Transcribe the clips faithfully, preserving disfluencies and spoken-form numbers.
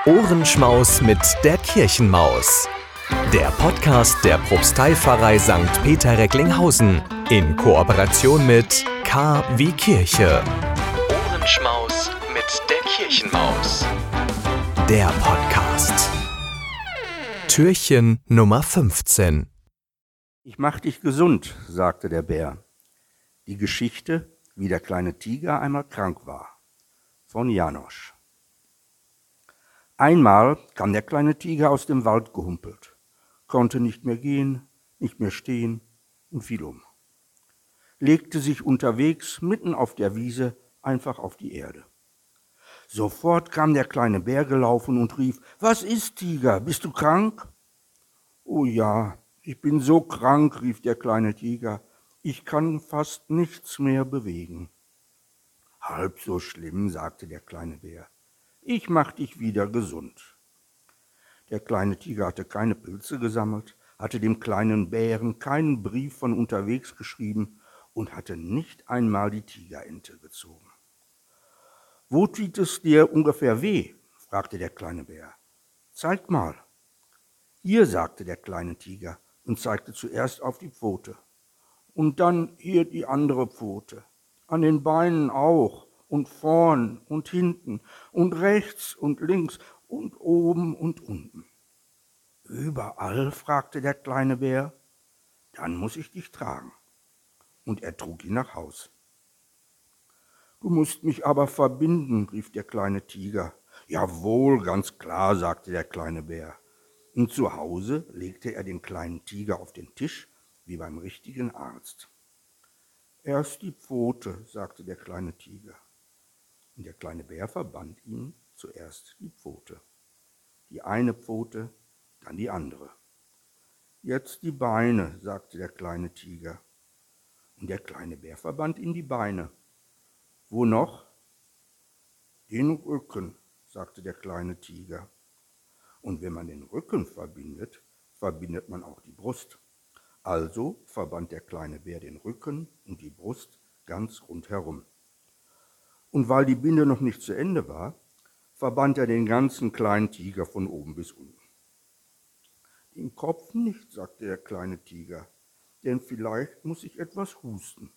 Ohrenschmaus mit der Kirchenmaus. Der Podcast der Propsteipfarrei Sankt Peter Recklinghausen in Kooperation mit K wie Kirche. Ohrenschmaus mit der Kirchenmaus. Der Podcast. Türchen Nummer fünfzehn. Ich mach dich gesund, sagte der Bär. Die Geschichte, wie der kleine Tiger einmal krank war. Von Janosch. Einmal kam der kleine Tiger aus dem Wald gehumpelt, konnte nicht mehr gehen, nicht mehr stehen und fiel um. Legte sich unterwegs mitten auf der Wiese einfach auf die Erde. Sofort kam der kleine Bär gelaufen und rief: »Was ist, Tiger, bist du krank?« »Oh ja, ich bin so krank«, rief der kleine Tiger, »ich kann fast nichts mehr bewegen.« »Halb so schlimm«, sagte der kleine Bär, »ich mach dich wieder gesund.« Der kleine Tiger hatte keine Pilze gesammelt, hatte dem kleinen Bären keinen Brief von unterwegs geschrieben und hatte nicht einmal die Tigerente gezogen. »Wo tut es dir ungefähr weh?« fragte der kleine Bär. »Zeig mal.« »Hier«, sagte der kleine Tiger und zeigte zuerst auf die Pfote. »Und dann hier die andere Pfote, an den Beinen auch und vorn und hinten und rechts und links und oben und unten.« »Überall?«, fragte der kleine Bär. »Dann muss ich dich tragen.« Und er trug ihn nach Haus. »Du musst mich aber verbinden«, rief der kleine Tiger. »Jawohl, ganz klar«, sagte der kleine Bär. Und zu Hause legte er den kleinen Tiger auf den Tisch, wie beim richtigen Arzt. »Erst die Pfote«, sagte der kleine Tiger. Und der kleine Bär verband ihm zuerst die Pfote. Die eine Pfote, dann die andere. »Jetzt die Beine«, sagte der kleine Tiger. Und der kleine Bär verband ihm die Beine. »Wo noch?« »Den Rücken«, sagte der kleine Tiger. Und wenn man den Rücken verbindet, verbindet man auch die Brust. Also verband der kleine Bär den Rücken und die Brust ganz rundherum. Und weil die Binde noch nicht zu Ende war, verband er den ganzen kleinen Tiger von oben bis unten. »Den Kopf nicht«, sagte der kleine Tiger, »denn vielleicht muss ich etwas husten.«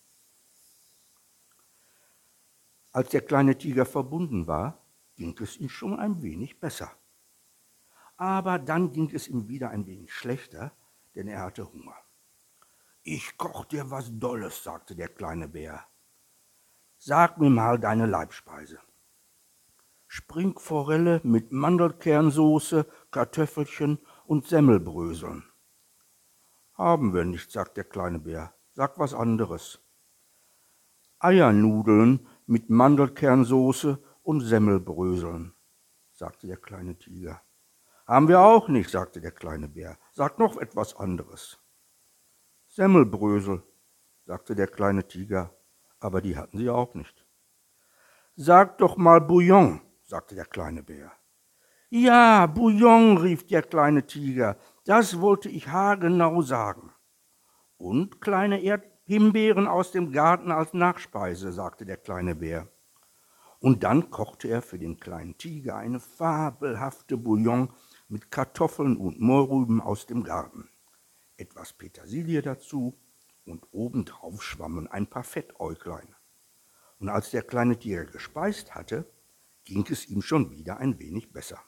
Als der kleine Tiger verbunden war, ging es ihm schon ein wenig besser. Aber dann ging es ihm wieder ein wenig schlechter, denn er hatte Hunger. »Ich koch dir was Dolles«, sagte der kleine Bär. »Sag mir mal deine Leibspeise.« »Springforelle mit Mandelkernsoße, Kartoffelchen und Semmelbröseln.« »Haben wir nicht«, sagt der kleine Bär. »Sag was anderes.« »Eiernudeln mit Mandelkernsoße und Semmelbröseln«, sagte der kleine Tiger. »Haben wir auch nicht«, sagte der kleine Bär. »Sag noch etwas anderes.« »Semmelbrösel«, sagte der kleine Tiger, aber die hatten sie auch nicht. »Sag doch mal Bouillon«, sagte der kleine Bär. »Ja, Bouillon«, rief der kleine Tiger, »das wollte ich haargenau sagen.« »Und kleine Erdhimbeeren aus dem Garten als Nachspeise«, sagte der kleine Bär. Und dann kochte er für den kleinen Tiger eine fabelhafte Bouillon mit Kartoffeln und Mohrrüben aus dem Garten, etwas Petersilie dazu und obendrauf schwammen ein paar Fettäuglein. Und als der kleine Tiger gespeist hatte, ging es ihm schon wieder ein wenig besser.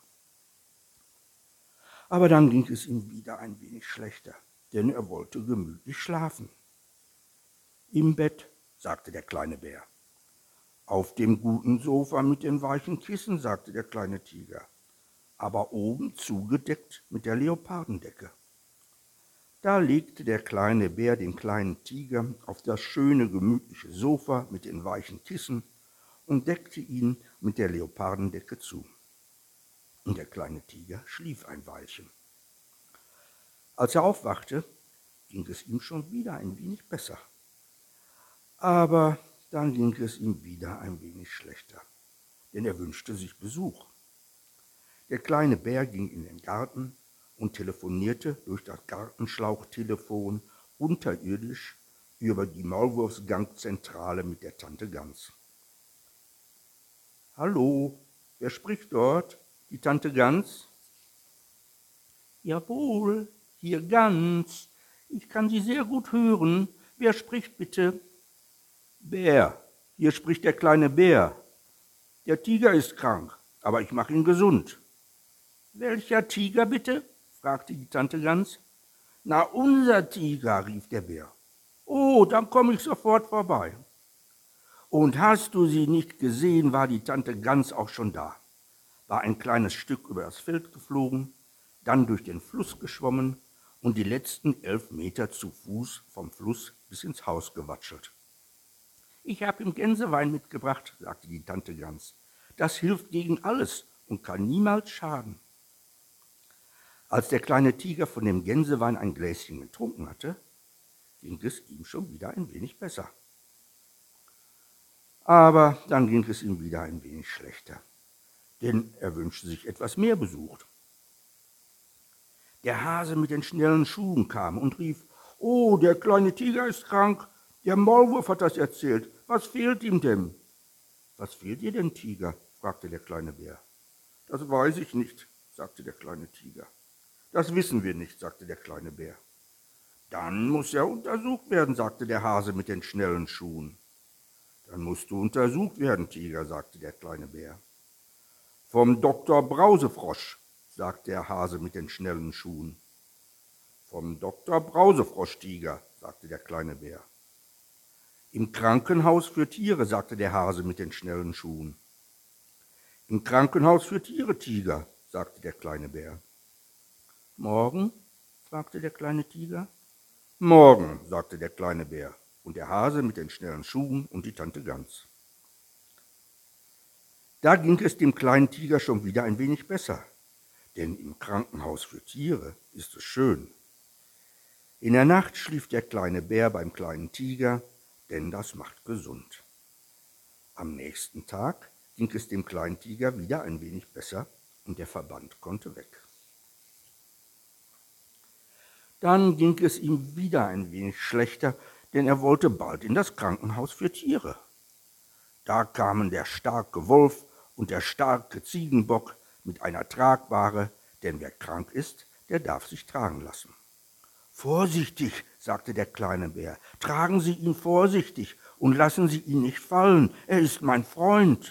Aber dann ging es ihm wieder ein wenig schlechter, denn er wollte gemütlich schlafen. »Im Bett«, sagte der kleine Bär. »Auf dem guten Sofa mit den weichen Kissen«, sagte der kleine Tiger, »aber oben zugedeckt mit der Leopardendecke.« Da legte der kleine Bär den kleinen Tiger auf das schöne, gemütliche Sofa mit den weichen Kissen und deckte ihn mit der Leopardendecke zu. Und der kleine Tiger schlief ein Weilchen. Als er aufwachte, ging es ihm schon wieder ein wenig besser. Aber dann ging es ihm wieder ein wenig schlechter, denn er wünschte sich Besuch. Der kleine Bär ging in den Garten und telefonierte durch das Gartenschlauchtelefon unterirdisch über die Maulwurfsgangzentrale mit der Tante Gans. »Hallo, wer spricht dort?« Die Tante Gans: Jawohl, hier ganz. Ich kann Sie sehr gut hören. Wer spricht bitte? Bär, hier spricht der kleine Bär. Der Tiger ist krank, aber ich mache ihn gesund. Welcher Tiger bitte? Fragte die Tante Gans. Na, unser Tiger, rief der Bär. Oh, dann komme ich sofort vorbei. Und hast du sie nicht gesehen, war die Tante Gans auch schon da. War ein kleines Stück über das Feld geflogen, dann durch den Fluss geschwommen und die letzten elf Meter zu Fuß vom Fluss bis ins Haus gewatschelt. Ich habe ihm Gänsewein mitgebracht, sagte die Tante Gans. Das hilft gegen alles und kann niemals schaden. Als der kleine Tiger von dem Gänsewein ein Gläschen getrunken hatte, ging es ihm schon wieder ein wenig besser. Aber dann ging es ihm wieder ein wenig schlechter, denn er wünschte sich etwas mehr Besuch. Der Hase mit den schnellen Schuhen kam und rief: Oh, der kleine Tiger ist krank, der Maulwurf hat das erzählt. Was fehlt ihm denn? Was fehlt dir denn, Tiger? Fragte der kleine Bär. Das weiß ich nicht, sagte der kleine Tiger. Das wissen wir nicht, sagte der kleine Bär. Dann muss er untersucht werden, sagte der Hase mit den schnellen Schuhen. Dann musst du untersucht werden, Tiger, sagte der kleine Bär. Vom Doktor Brausefrosch, sagte der Hase mit den schnellen Schuhen. Vom Doktor Brausefrosch, Tiger, sagte der kleine Bär. Im Krankenhaus für Tiere, sagte der Hase mit den schnellen Schuhen. Im Krankenhaus für Tiere, Tiger, sagte der kleine Bär. Morgen? fragte der kleine Tiger. Morgen, sagte der kleine Bär und der Hase mit den schnellen Schuhen und die Tante Gans. Da ging es dem kleinen Tiger schon wieder ein wenig besser, denn im Krankenhaus für Tiere ist es schön. In der Nacht schlief der kleine Bär beim kleinen Tiger, denn das macht gesund. Am nächsten Tag ging es dem kleinen Tiger wieder ein wenig besser und der Verband konnte weg. Dann ging es ihm wieder ein wenig schlechter, denn er wollte bald in das Krankenhaus für Tiere. Da kamen der starke Wolf und der starke Ziegenbock mit einer Tragbahre, denn wer krank ist, der darf sich tragen lassen. Vorsichtig, sagte der kleine Bär, tragen Sie ihn vorsichtig und lassen Sie ihn nicht fallen, er ist mein Freund.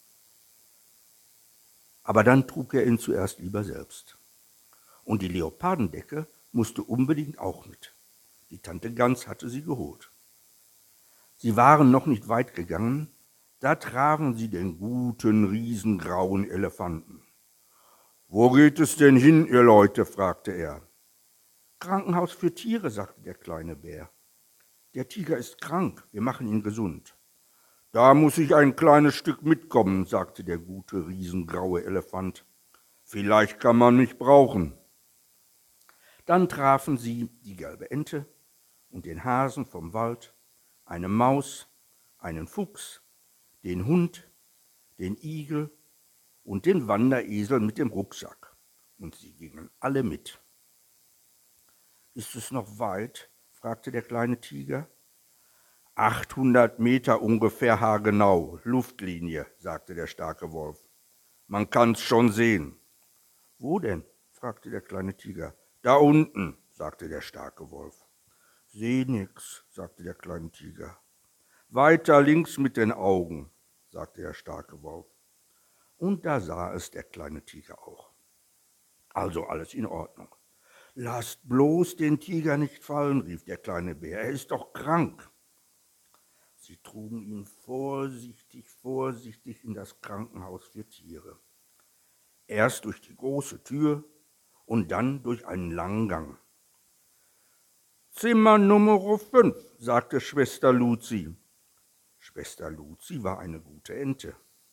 Aber dann trug er ihn zuerst lieber selbst. Und die Leopardendecke musste unbedingt auch mit. Die Tante Gans hatte sie geholt. Sie waren noch nicht weit gegangen, da trafen sie den guten, riesengrauen Elefanten. »Wo geht es denn hin, ihr Leute?« fragte er. »Krankenhaus für Tiere«, sagte der kleine Bär. »Der Tiger ist krank, wir machen ihn gesund.« »Da muss ich ein kleines Stück mitkommen«, sagte der gute, riesengraue Elefant. »Vielleicht kann man mich brauchen.« Dann trafen sie die gelbe Ente und den Hasen vom Wald, eine Maus, einen Fuchs, den Hund, den Igel und den Wanderesel mit dem Rucksack. Und sie gingen alle mit. »Ist es noch weit?« fragte der kleine Tiger. »achthundert Meter ungefähr haargenau, Luftlinie«, sagte der starke Wolf. »Man kann's schon sehen.« »Wo denn?« fragte der kleine Tiger. »Da unten«, sagte der starke Wolf. »Seh nix«, sagte der kleine Tiger. »Weiter links mit den Augen«, sagte der starke Wolf. Und da sah es der kleine Tiger auch. Also alles in Ordnung. »Lasst bloß den Tiger nicht fallen«, rief der kleine Bär, »er ist doch krank.« Sie trugen ihn vorsichtig, vorsichtig in das Krankenhaus für Tiere. Erst durch die große Tür und dann durch einen langen Gang. »Zimmer Nummer fünf«, sagte Schwester Luzi. Schwester Luzi war eine gute Ente.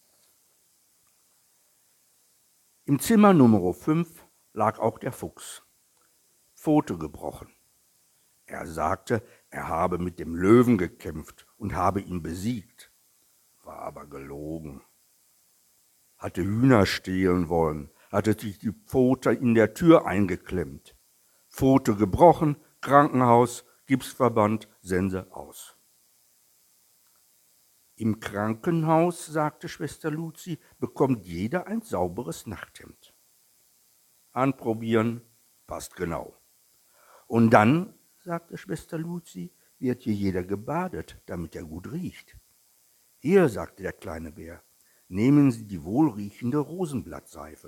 Im Zimmer Nummer fünf lag auch der Fuchs, Pfote gebrochen. Er sagte, er habe mit dem Löwen gekämpft und habe ihn besiegt, war aber gelogen. Hatte Hühner stehlen wollen, hatte sich die Pfote in der Tür eingeklemmt. Pfote gebrochen, Krankenhaus, Gipsverband, Sense aus. Im Krankenhaus, sagte Schwester Luzi, bekommt jeder ein sauberes Nachthemd. Anprobieren, passt genau. Und dann, sagte Schwester Luzi, wird hier jeder gebadet, damit er gut riecht. Hier, sagte der kleine Bär, nehmen Sie die wohlriechende Rosenblattseife.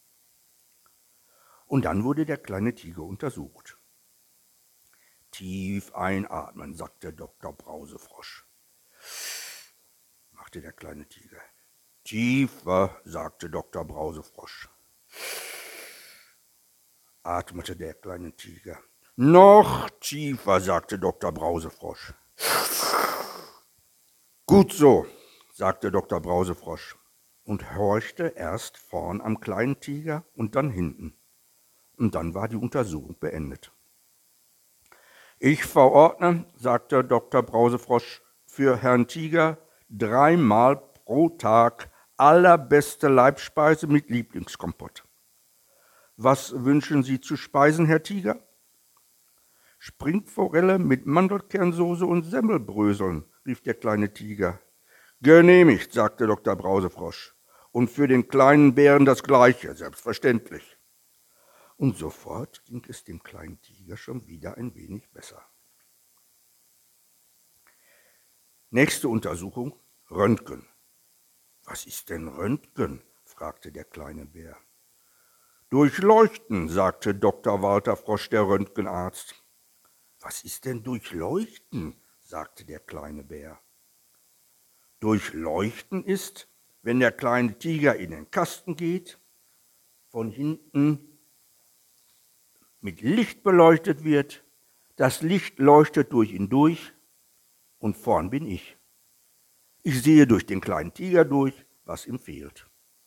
Und dann wurde der kleine Tiger untersucht. Tief einatmen, sagte Doktor Brausefrosch. Machte der kleine Tiger. Tiefer, sagte Doktor Brausefrosch. Atmete der kleine Tiger. Noch tiefer, sagte Doktor Brausefrosch. Gut so, sagte Doktor Brausefrosch und horchte erst vorn am kleinen Tiger und dann hinten. Und dann war die Untersuchung beendet. Ich verordne, sagte Doktor Brausefrosch, für Herrn Tiger dreimal pro Tag allerbeste Leibspeise mit Lieblingskompott. Was wünschen Sie zu speisen, Herr Tiger? Springforelle mit Mandelkernsoße und Semmelbröseln, rief der kleine Tiger. Genehmigt, sagte Doktor Brausefrosch. Und für den kleinen Bären das Gleiche, selbstverständlich. Und sofort ging es dem kleinen Tiger schon wieder ein wenig besser. Nächste Untersuchung, Röntgen. Was ist denn Röntgen? Fragte der kleine Bär. Durchleuchten, sagte Doktor Walter Frosch, der Röntgenarzt. Was ist denn Durchleuchten? Sagte der kleine Bär. Durchleuchten ist, wenn der kleine Tiger in den Kasten geht, von hinten mit Licht beleuchtet wird, das Licht leuchtet durch ihn durch und vorn bin ich. Ich sehe durch den kleinen Tiger durch, was ihm fehlt.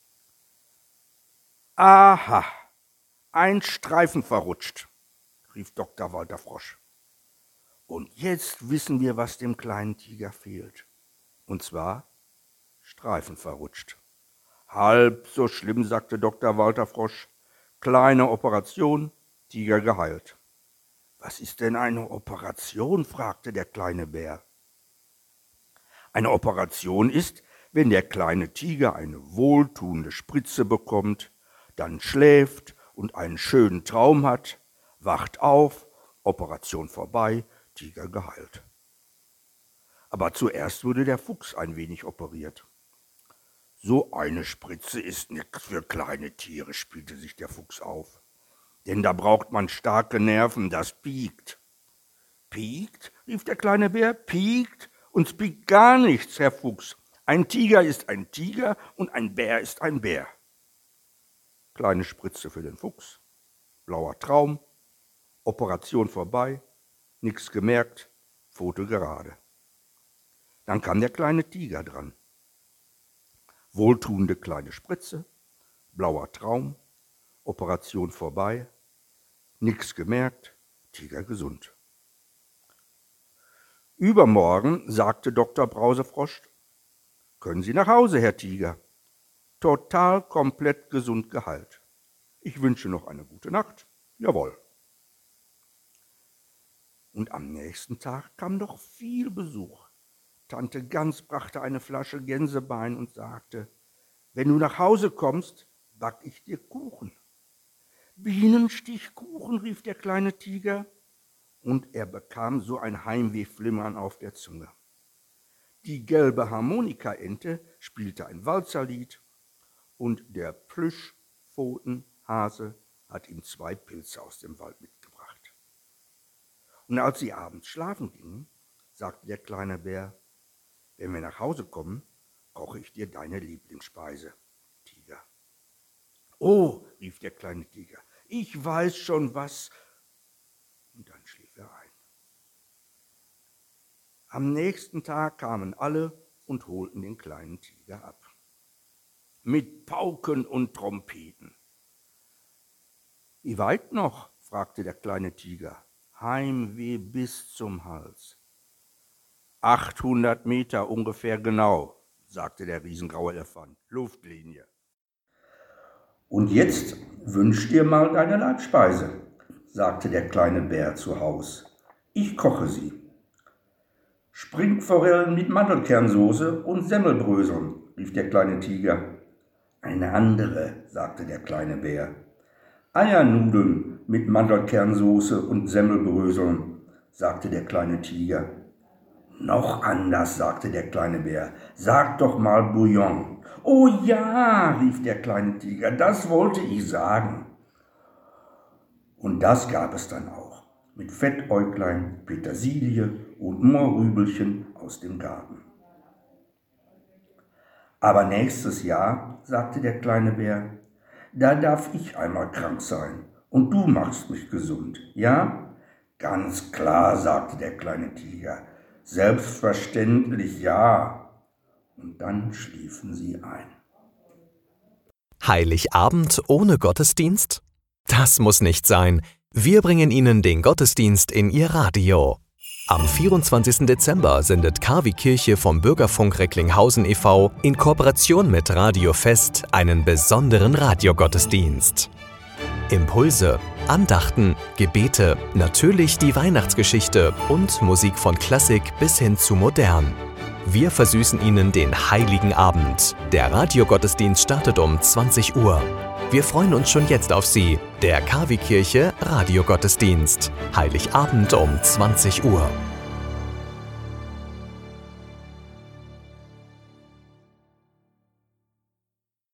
Aha, ein Streifen verrutscht, rief Doktor Walter Frosch. Und jetzt wissen wir, was dem kleinen Tiger fehlt. Und zwar Streifen verrutscht. Halb so schlimm, sagte Doktor Walter Frosch. Kleine Operation, Tiger geheilt. Was ist denn eine Operation? Fragte der kleine Bär. Eine Operation ist, wenn der kleine Tiger eine wohltuende Spritze bekommt, dann schläft und einen schönen Traum hat, wacht auf, Operation vorbei, Tiger geheilt. Aber zuerst wurde der Fuchs ein wenig operiert. So eine Spritze ist nichts für kleine Tiere, spielte sich der Fuchs auf. Denn da braucht man starke Nerven, das piekt. Piekt? Rief der kleine Bär. Piekt? Uns piekt gar nichts, Herr Fuchs. Ein Tiger ist ein Tiger und ein Bär ist ein Bär. Kleine Spritze für den Fuchs, blauer Traum, Operation vorbei, nichts gemerkt, Pfote gerade. Dann kam der kleine Tiger dran. Wohltuende kleine Spritze, blauer Traum, Operation vorbei, nichts gemerkt, Tiger gesund. Übermorgen, sagte Doktor Brausefrosch, können Sie nach Hause, Herr Tiger. Total komplett gesund geheilt. Ich wünsche noch eine gute Nacht. Jawohl. Und am nächsten Tag kam noch viel Besuch. Tante Gans brachte eine Flasche Gänsebein und sagte, wenn du nach Hause kommst, back ich dir Kuchen. Bienenstichkuchen, rief der kleine Tiger, und er bekam so ein Heimwehflimmern auf der Zunge. Die gelbe Harmonikaente spielte ein Walzerlied und der Plüschpfotenhase hat ihm zwei Pilze aus dem Wald mitgebracht. Und als sie abends schlafen gingen, sagte der kleine Bär, wenn wir nach Hause kommen, koche ich dir deine Lieblingsspeise, Tiger. Oh, rief der kleine Tiger, ich weiß schon was. Und dann schlief er ein. Am nächsten Tag kamen alle und holten den kleinen Tiger ab. Mit Pauken und Trompeten. Wie weit noch? Fragte der kleine Tiger. Heimweh bis zum Hals. achthundert Meter ungefähr genau, sagte der riesengraue Elefant. Luftlinie. Und jetzt wünsch dir mal deine Leibspeise, sagte der kleine Bär zu Haus. Ich koche sie. Springforellen mit Mandelkernsoße und Semmelbröseln, rief der kleine Tiger. Eine andere, sagte der kleine Bär. Eiernudeln mit Mandelkernsoße und Semmelbröseln, sagte der kleine Tiger. Noch anders, sagte der kleine Bär. Sag doch mal Bouillon. Oh ja, rief der kleine Tiger, das wollte ich sagen. Und das gab es dann auch, mit Fettäuglein, Petersilie und Mohrrübelchen aus dem Garten. Aber nächstes Jahr, sagte der kleine Bär, da darf ich einmal krank sein und du machst mich gesund, ja? Ganz klar, sagte der kleine Tiger, selbstverständlich ja. Und dann schliefen sie ein. Heiligabend ohne Gottesdienst? Das muss nicht sein. Wir bringen Ihnen den Gottesdienst in Ihr Radio. Am vierundzwanzigsten Dezember sendet K wie Kirche vom Bürgerfunk Recklinghausen e V in Kooperation mit Radio Fest einen besonderen Radiogottesdienst. Impulse, Andachten, Gebete, natürlich die Weihnachtsgeschichte und Musik von Klassik bis hin zu modern. Wir versüßen Ihnen den Heiligen Abend. Der Radiogottesdienst startet um zwanzig Uhr. Wir freuen uns schon jetzt auf Sie. Der K wie Kirche Radiogottesdienst. Heiligabend um zwanzig Uhr.